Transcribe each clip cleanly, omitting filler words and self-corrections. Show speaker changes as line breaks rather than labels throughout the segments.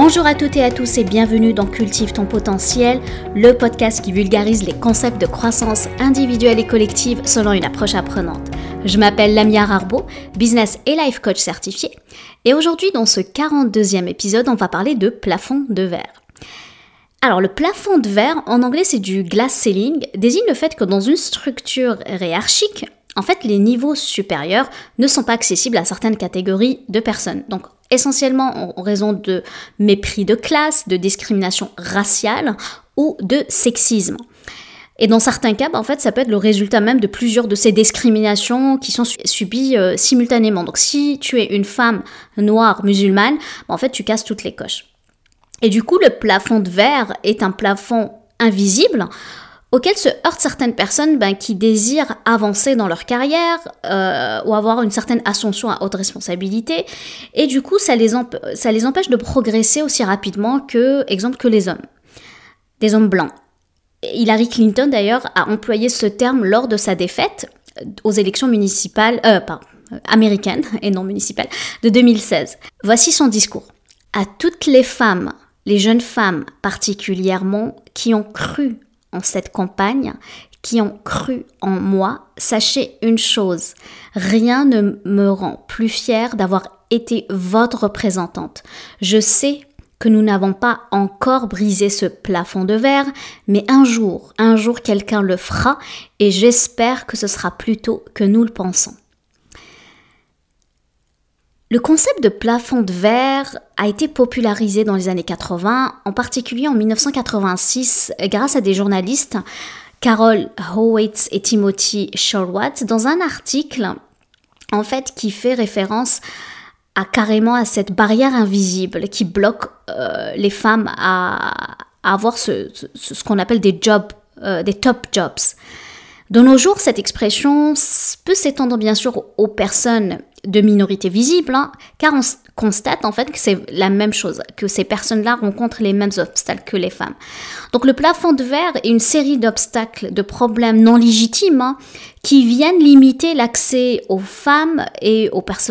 Bonjour à toutes et à tous et bienvenue dans Cultive ton potentiel, le podcast qui vulgarise les concepts de croissance individuelle et collective selon une approche apprenante. Je m'appelle Lamia Rarbo, business et life coach certifié, et aujourd'hui dans ce 42e épisode, on va parler de plafond de verre. Alors le plafond de verre, en anglais c'est du glass ceiling, désigne le fait que dans une structure hiérarchique, en fait les niveaux supérieurs ne sont pas accessibles à certaines catégories de personnes. Donc essentiellement en raison de mépris de classe, de discrimination raciale ou de sexisme. Et dans certains cas, en fait, ça peut être le résultat même de plusieurs de ces discriminations qui sont subies simultanément. Donc si tu es une femme noire musulmane, en fait tu casses toutes les coches. Et du coup, le plafond de verre est un plafond invisible auquel se heurtent certaines personnes qui désirent avancer dans leur carrière ou avoir une certaine ascension à haute responsabilité. Et du coup, ça les empêche de progresser aussi rapidement que les hommes, des hommes blancs. Hillary Clinton, d'ailleurs, a employé ce terme lors de sa défaite aux élections américaines et non municipales de 2016. Voici son discours. À toutes les femmes, les jeunes femmes particulièrement, qui ont cru en cette campagne, qui ont cru en moi, sachez une chose, rien ne me rend plus fière d'avoir été votre représentante. Je sais que nous n'avons pas encore brisé ce plafond de verre, mais un jour quelqu'un le fera et j'espère que ce sera plus tôt que nous le pensons. Le concept de plafond de verre a été popularisé dans les années 80, en particulier en 1986, grâce à des journalistes, Carol Howitz et Timothy Shorwath, dans un article en fait qui fait référence carrément à cette barrière invisible qui bloque les femmes à avoir ce qu'on appelle des jobs, des top jobs. De nos jours, cette expression peut s'étendre bien sûr aux personnes de minorité visible, car on constate en fait que c'est la même chose, que ces personnes-là rencontrent les mêmes obstacles que les femmes. Donc le plafond de verre est une série d'obstacles, de problèmes non légitimes qui viennent limiter l'accès aux femmes et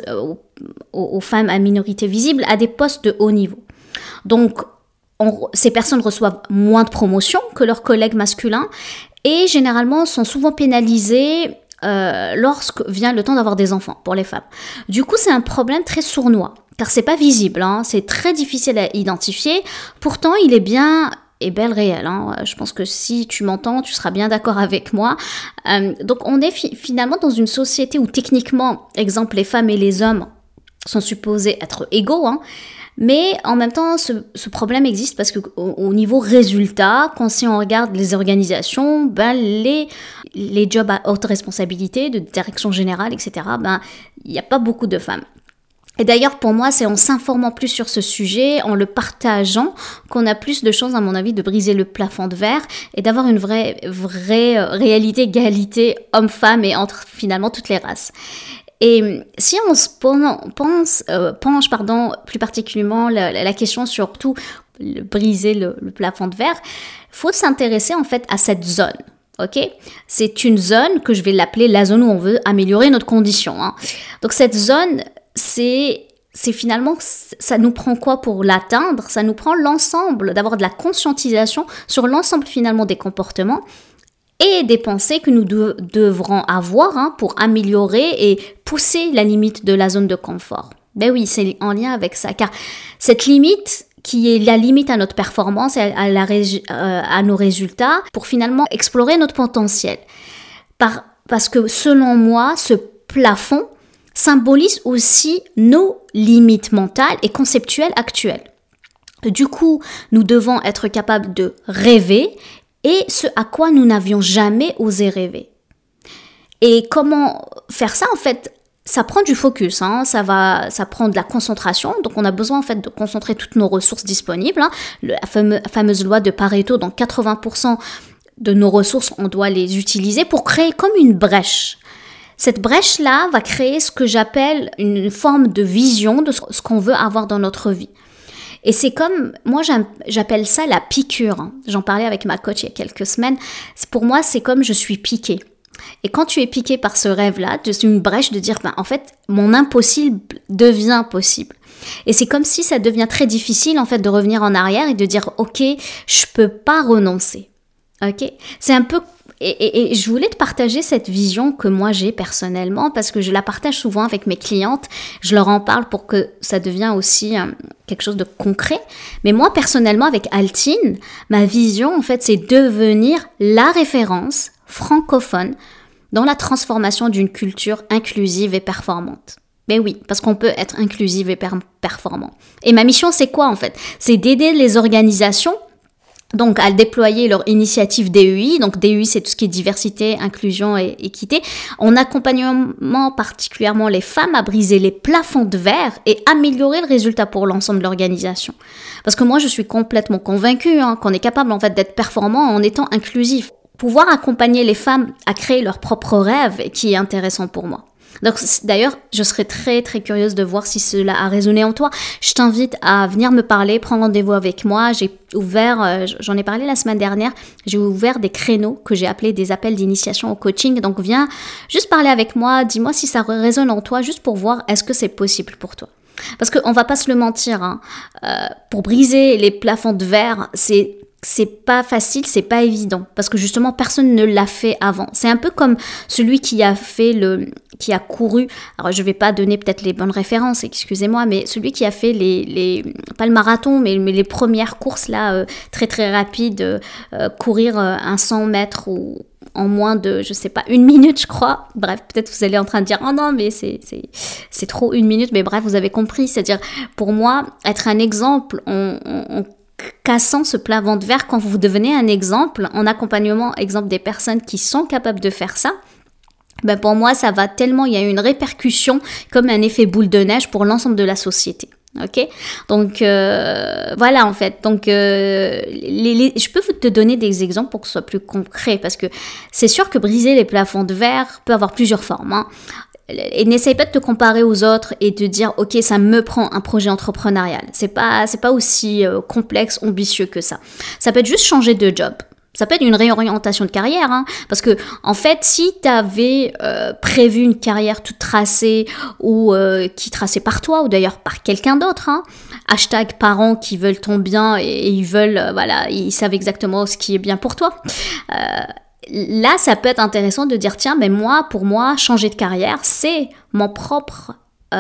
aux femmes à minorité visible à des postes de haut niveau. Donc ces personnes reçoivent moins de promotions que leurs collègues masculins et généralement sont souvent pénalisées lorsque vient le temps d'avoir des enfants pour les femmes. Du coup, c'est un problème très sournois, car c'est pas visible, c'est très difficile à identifier. Pourtant, il est bien et bel réel. Je pense que si tu m'entends, tu seras bien d'accord avec moi. Donc, on est finalement dans une société où techniquement, exemple, les femmes et les hommes sont supposés être égaux, mais en même temps, ce problème existe parce que au niveau résultat, si on regarde les organisations, les jobs à haute responsabilité, de direction générale, etc., il n'y a pas beaucoup de femmes. Et d'ailleurs, pour moi, c'est en s'informant plus sur ce sujet, en le partageant, qu'on a plus de chances, à mon avis, de briser le plafond de verre et d'avoir une vraie réalité, égalité homme-femme et entre finalement toutes les races. Et si on se penche plus particulièrement la question surtout briser le plafond de verre, faut s'intéresser en fait à cette zone. Ok, c'est une zone que je vais l'appeler la zone où on veut améliorer notre condition. Donc cette zone, c'est finalement, ça nous prend quoi pour l'atteindre ? Ça nous prend l'ensemble, d'avoir de la conscientisation sur l'ensemble finalement des comportements et des pensées que nous devrons avoir pour améliorer et pousser la limite de la zone de confort. Ben oui, c'est en lien avec ça, car cette limite qui est la limite à notre performance et à nos résultats pour finalement explorer notre potentiel. Parce que selon moi, ce plafond symbolise aussi nos limites mentales et conceptuelles actuelles. Du coup, nous devons être capables de rêver et ce à quoi nous n'avions jamais osé rêver. Et comment faire ça, en fait, ça prend du focus, ça prend de la concentration, donc on a besoin en fait de concentrer toutes nos ressources disponibles, la fameuse loi de Pareto, donc 80% de nos ressources, on doit les utiliser pour créer comme une brèche. Cette brèche-là va créer ce que j'appelle une forme de vision de ce qu'on veut avoir dans notre vie. Et c'est comme, moi j'appelle ça la piqûre. J'en parlais avec ma coach il y a quelques semaines. Pour moi, c'est comme je suis piquée. Et quand tu es piqué par ce rêve-là, c'est une brèche de dire, en fait, mon impossible devient possible. Et c'est comme si ça devient très difficile, en fait, de revenir en arrière et de dire, ok, je peux pas renoncer. Ok, c'est un peu... Et je voulais te partager cette vision que moi j'ai personnellement parce que je la partage souvent avec mes clientes. Je leur en parle pour que ça devienne aussi quelque chose de concret. Mais moi personnellement avec Altine, ma vision en fait c'est devenir la référence francophone dans la transformation d'une culture inclusive et performante. Ben oui, parce qu'on peut être inclusive et performant. Et ma mission c'est quoi en fait? C'est d'aider les organisations donc à déployer leur initiative DEI, donc DEI c'est tout ce qui est diversité, inclusion et équité, en accompagnement particulièrement les femmes à briser les plafonds de verre et améliorer le résultat pour l'ensemble de l'organisation. Parce que moi je suis complètement convaincue qu'on est capable en fait d'être performant en étant inclusif. Pouvoir accompagner les femmes à créer leurs propres rêves qui est intéressant pour moi. Donc d'ailleurs, je serais très très curieuse de voir si cela a résonné en toi. Je t'invite à venir me parler, prendre rendez-vous avec moi. J'ai ouvert, j'en ai parlé la semaine dernière, j'ai ouvert des créneaux que j'ai appelés des appels d'initiation au coaching. Donc viens juste parler avec moi, dis-moi si ça résonne en toi, juste pour voir est-ce que c'est possible pour toi. Parce qu'on va pas se le mentir, pour briser les plafonds de verre, c'est pas facile, c'est pas évident parce que justement personne ne l'a fait avant. C'est un peu comme celui qui a couru. Alors je vais pas donner peut-être les bonnes références, excusez-moi, mais celui qui a fait pas le marathon, mais les premières courses là très très rapides, courir un 100 mètres ou en moins de, je sais pas, 1 minute, je crois. Bref, peut-être vous allez en train de dire, oh non, mais c'est trop 1 minute. Mais bref, vous avez compris. C'est-à-dire, pour moi, être un exemple, en cassant ce plafond de verre, quand vous devenez un exemple, en accompagnement, exemple des personnes qui sont capables de faire ça, pour moi, ça va tellement, il y a une répercussion comme un effet boule de neige pour l'ensemble de la société. Ok, donc voilà en fait. Donc je peux te donner des exemples pour que ce soit plus concret parce que c'est sûr que briser les plafonds de verre peut avoir plusieurs formes. Et n'essaye pas de te comparer aux autres et de dire ok ça me prend un projet entrepreneurial. C'est pas aussi complexe, ambitieux que ça. Ça peut être juste changer de job. Ça peut être une réorientation de carrière, parce que en fait, si tu avais prévu une carrière toute tracée ou qui est tracée par toi ou d'ailleurs par quelqu'un d'autre, hashtag parents qui veulent ton bien et ils veulent, ils savent exactement ce qui est bien pour toi. Là, ça peut être intéressant de dire tiens, mais pour moi, changer de carrière, c'est mon propre,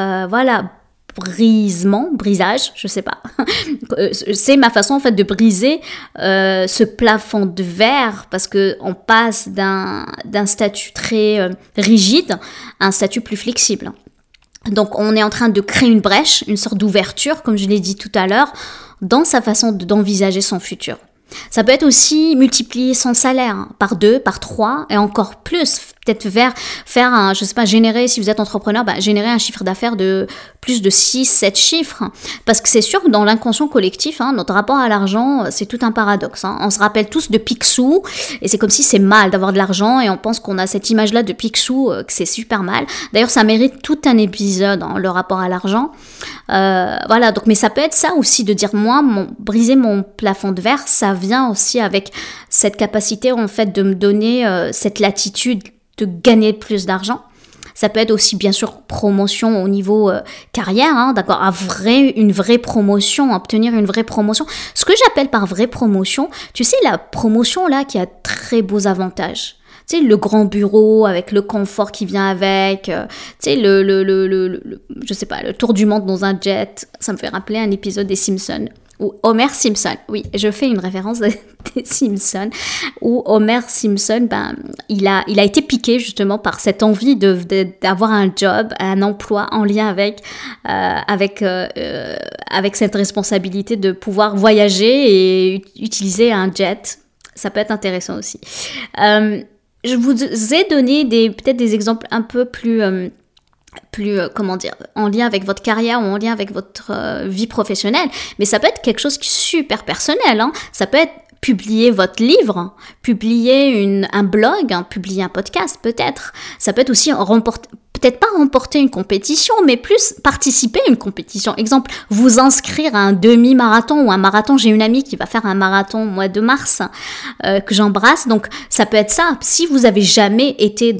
brisage, je sais pas. C'est ma façon en fait de briser ce plafond de verre parce que on passe d'un statut très rigide à un statut plus flexible. Donc on est en train de créer une brèche, une sorte d'ouverture, comme je l'ai dit tout à l'heure, dans sa façon d'envisager son futur. Ça peut être aussi multiplier son salaire par 2, par 3 et encore plus. Peut-être faire générer, si vous êtes entrepreneur, générer un chiffre d'affaires de plus de 6, 7 chiffres. Parce que c'est sûr que dans l'inconscient collectif, notre rapport à l'argent, c'est tout un paradoxe. On se rappelle tous de Picsou et c'est comme si c'est mal d'avoir de l'argent et on pense qu'on a cette image-là de Picsou, que c'est super mal. D'ailleurs, ça mérite tout un épisode, le rapport à l'argent. Donc, mais ça peut être ça aussi de dire, briser mon plafond de verre, ça vient aussi avec cette capacité en fait de me donner cette latitude de gagner plus d'argent. Ça peut être aussi bien sûr promotion au niveau carrière, d'accord, une vraie promotion, obtenir une vraie promotion. Ce que j'appelle par vraie promotion, tu sais, la promotion là qui a très beaux avantages. Tu sais, le grand bureau avec le confort qui vient avec, tu sais, je sais pas, le tour du monde dans un jet. Ça me fait rappeler un épisode des Simpsons. Ou Homer Simpson, oui, je fais une référence des Simpsons, où Homer Simpson, il a été piqué justement par cette envie d'avoir un job, un emploi en lien avec cette responsabilité de pouvoir voyager et utiliser un jet. Ça peut être intéressant aussi. Je vous ai donné peut-être des exemples un peu plus en lien avec votre carrière ou en lien avec votre vie professionnelle, mais ça peut être quelque chose qui est super personnel, ça peut être publier votre livre, publier un blog, publier un podcast peut-être. Ça peut être aussi peut-être pas remporter une compétition, mais plus participer à une compétition. Exemple, vous inscrire à un demi-marathon ou un marathon. J'ai une amie qui va faire un marathon au mois de mars que j'embrasse. Donc, ça peut être ça. Si vous avez jamais été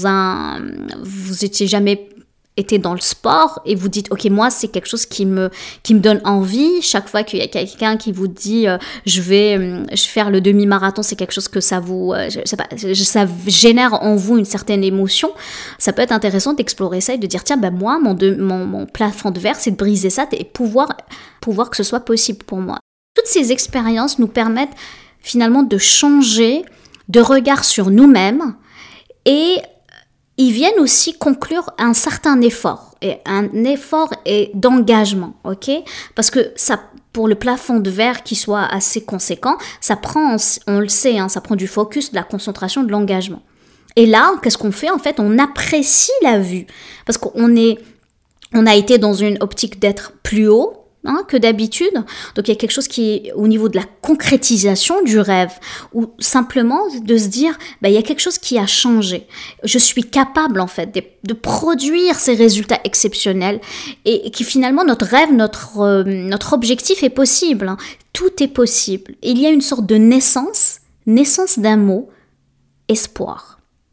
vous étiez jamais été dans le sport et vous dites ok, moi c'est quelque chose qui me donne envie, chaque fois qu'il y a quelqu'un qui vous dit je vais faire le demi-marathon, c'est quelque chose que ça vous ça génère en vous une certaine émotion, ça peut être intéressant d'explorer ça et de dire tiens moi mon plafond de verre c'est de briser ça et pouvoir que ce soit possible pour moi. Toutes ces expériences nous permettent finalement de changer de regard sur nous-mêmes et ils viennent aussi conclure un certain effort, et un effort et d'engagement, ok? Parce que ça, pour le plafond de verre qui soit assez conséquent, ça prend, on le sait, ça prend du focus, de la concentration, de l'engagement. Et là, qu'est-ce qu'on fait? En fait, on apprécie la vue, parce qu'on a été dans une optique d'être plus haut, que d'habitude. Donc il y a quelque chose qui est au niveau de la concrétisation du rêve ou simplement de se dire il y a quelque chose qui a changé. Je suis capable en fait de produire ces résultats exceptionnels et qui finalement notre rêve, notre objectif est possible. Tout est possible. Et il y a une sorte de naissance d'un mot, espoir.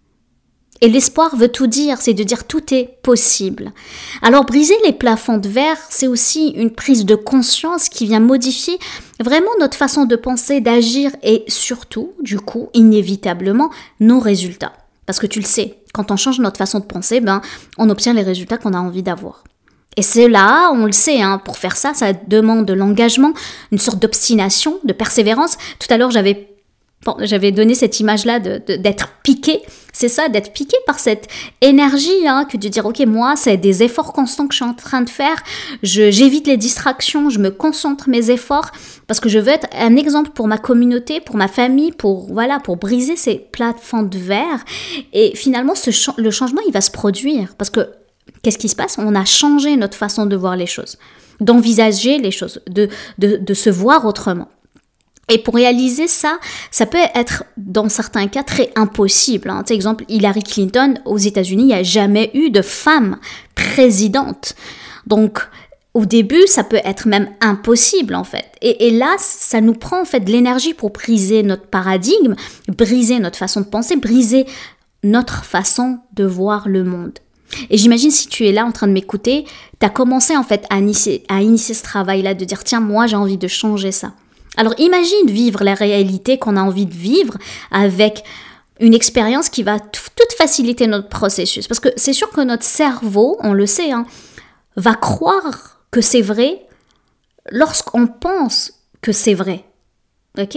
Et l'espoir veut tout dire, c'est de dire tout est possible. Alors briser les plafonds de verre, c'est aussi une prise de conscience qui vient modifier vraiment notre façon de penser, d'agir et surtout, du coup, inévitablement, nos résultats. Parce que tu le sais, quand on change notre façon de penser, on obtient les résultats qu'on a envie d'avoir. Et c'est là, on le sait, pour faire ça, ça demande de l'engagement, une sorte d'obstination, de persévérance. Tout à l'heure, j'avais donné cette image-là d'être piqué. C'est ça, d'être piqué par cette énergie, que de dire, ok, moi, c'est des efforts constants que je suis en train de faire. J'évite les distractions, je me concentre mes efforts parce que je veux être un exemple pour ma communauté, pour ma famille, pour briser ces plafonds de verre. Et finalement, le changement, il va se produire parce que qu'est-ce qui se passe? On a changé notre façon de voir les choses, d'envisager les choses, de se voir autrement. Et pour réaliser ça, ça peut être dans certains cas très impossible. Par exemple, Hillary Clinton aux États-Unis, il n'y a jamais eu de femme présidente. Donc, au début, ça peut être même impossible en fait. Et là, ça nous prend en fait de l'énergie pour briser notre paradigme, briser notre façon de penser, briser notre façon de voir le monde. Et j'imagine si tu es là en train de m'écouter, tu as commencé en fait à initier ce travail-là, de dire tiens, moi j'ai envie de changer ça. Alors imagine vivre la réalité qu'on a envie de vivre avec une expérience qui va toute faciliter notre processus. Parce que c'est sûr que notre cerveau, on le sait, va croire que c'est vrai lorsqu'on pense que c'est vrai. Ok ?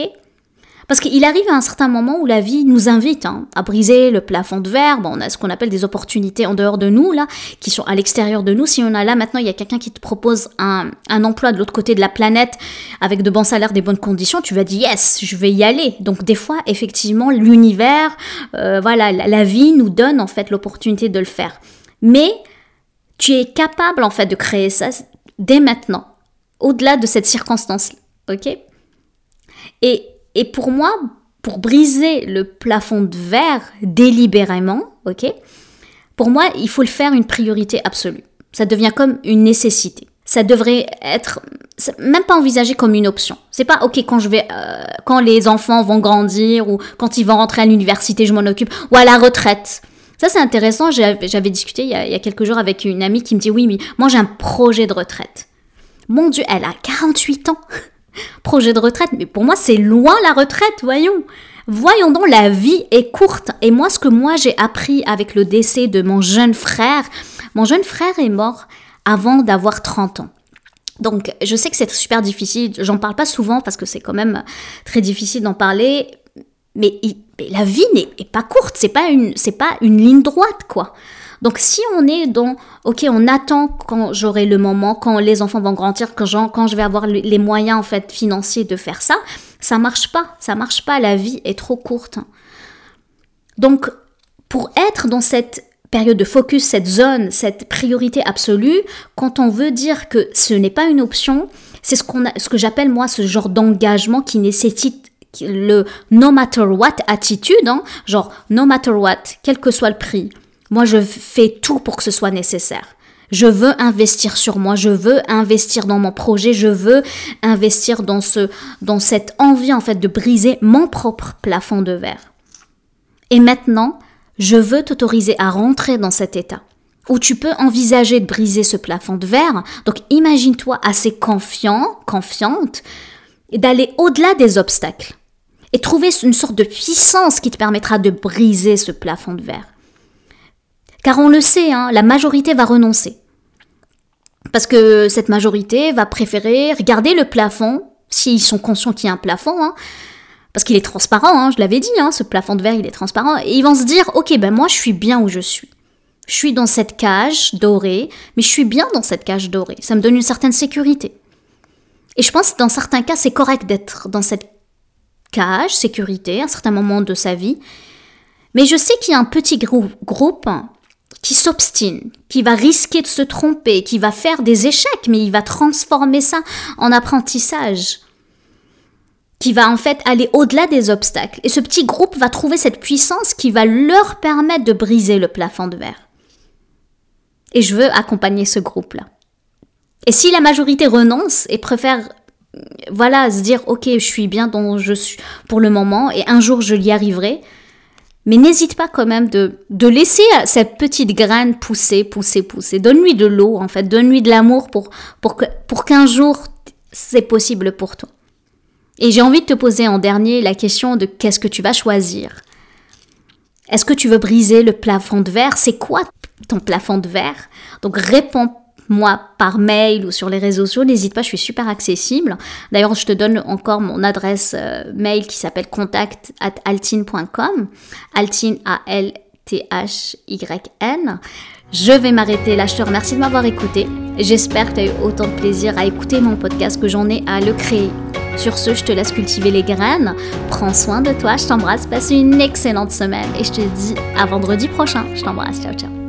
Parce qu'il arrive à un certain moment où la vie nous invite à briser le plafond de verre. On a ce qu'on appelle des opportunités en dehors de nous, là, qui sont à l'extérieur de nous. Si on a là, maintenant, il y a quelqu'un qui te propose un emploi de l'autre côté de la planète avec de bons salaires, des bonnes conditions, tu vas dire « yes, je vais y aller ». Donc, des fois, effectivement, l'univers, la vie nous donne en fait l'opportunité de le faire. Mais tu es capable en fait de créer ça dès maintenant, au-delà de cette circonstance, ok ? Et pour moi, pour briser le plafond de verre délibérément, ok, pour moi, il faut le faire une priorité absolue. Ça devient comme une nécessité. Ça devrait être même pas envisagé comme une option. C'est pas ok quand les enfants vont grandir ou quand ils vont rentrer à l'université, je m'en occupe, ou à la retraite. Ça c'est intéressant. J'avais discuté il y a quelques jours avec une amie qui me dit oui, mais moi j'ai un projet de retraite. Mon Dieu, elle a 48 ans. Projet de retraite, mais pour moi c'est loin la retraite, voyons donc, la vie est courte. Et moi, ce que j'ai appris avec le décès de mon jeune frère est mort avant d'avoir 30 ans. Donc je sais que c'est super difficile, j'en parle pas souvent parce que c'est quand même très difficile d'en parler, mais la vie n'est pas courte, c'est pas une ligne droite, quoi. Donc si on est dans, ok, on attend quand j'aurai le moment, quand les enfants vont grandir, quand je vais avoir les moyens en fait financiers de faire ça, ça marche pas, la vie est trop courte. Donc pour être dans cette période de focus, cette zone, cette priorité absolue, quand on veut dire que ce n'est pas une option, c'est ce que j'appelle moi ce genre d'engagement qui nécessite le no matter what attitude, hein, genre no matter what, quel que soit le prix, moi je fais tout pour que ce soit nécessaire. Je veux investir sur moi, je veux investir dans mon projet, je veux investir dans cette envie en fait de briser mon propre plafond de verre. Et maintenant, je veux t'autoriser à rentrer dans cet état où tu peux envisager de briser ce plafond de verre. Donc imagine-toi assez confiante, et d'aller au-delà des obstacles et trouver une sorte de puissance qui te permettra de briser ce plafond de verre. Car on le sait, hein, la majorité va renoncer. Parce que cette majorité va préférer regarder le plafond, s'ils sont conscients qu'il y a un plafond, hein, parce qu'il est transparent, hein, je l'avais dit, hein, ce plafond de verre il est transparent, et ils vont se dire, ok, ben moi je suis bien où je suis. Je suis dans cette cage dorée, mais je suis bien dans cette cage dorée. Ça me donne une certaine sécurité. Et je pense que dans certains cas, c'est correct d'être dans cette cage, sécurité, à un certain moment de sa vie. Mais je sais qu'il y a un petit groupe qui s'obstine, qui va risquer de se tromper, qui va faire des échecs, mais il va transformer ça en apprentissage, qui va en fait aller au-delà des obstacles. Et ce petit groupe va trouver cette puissance qui va leur permettre de briser le plafond de verre. Et je veux accompagner ce groupe-là. Et si la majorité renonce et préfère, se dire, ok, je suis bien dont je suis pour le moment et un jour je y arriverai, mais n'hésite pas quand même de laisser cette petite graine pousser. Donne-lui de l'eau, en fait, donne-lui de l'amour pour qu'un jour c'est possible pour toi. Et j'ai envie de te poser en dernier la question de qu'est-ce que tu vas choisir? Est-ce que tu veux briser le plafond de verre? C'est quoi ton plafond de verre? Donc réponds-moi par mail ou sur les réseaux sociaux, n'hésite pas, je suis super accessible. D'ailleurs, je te donne encore mon adresse mail qui s'appelle contact@altyn.com, Altyn, A-L-T-H-Y-N. Je vais m'arrêter là, je te remercie de m'avoir écouté. J'espère que tu as eu autant de plaisir à écouter mon podcast que j'en ai à le créer. Sur ce, je te laisse cultiver les graines. Prends soin de toi, je t'embrasse, passe une excellente semaine et je te dis à vendredi prochain. Je t'embrasse, ciao ciao.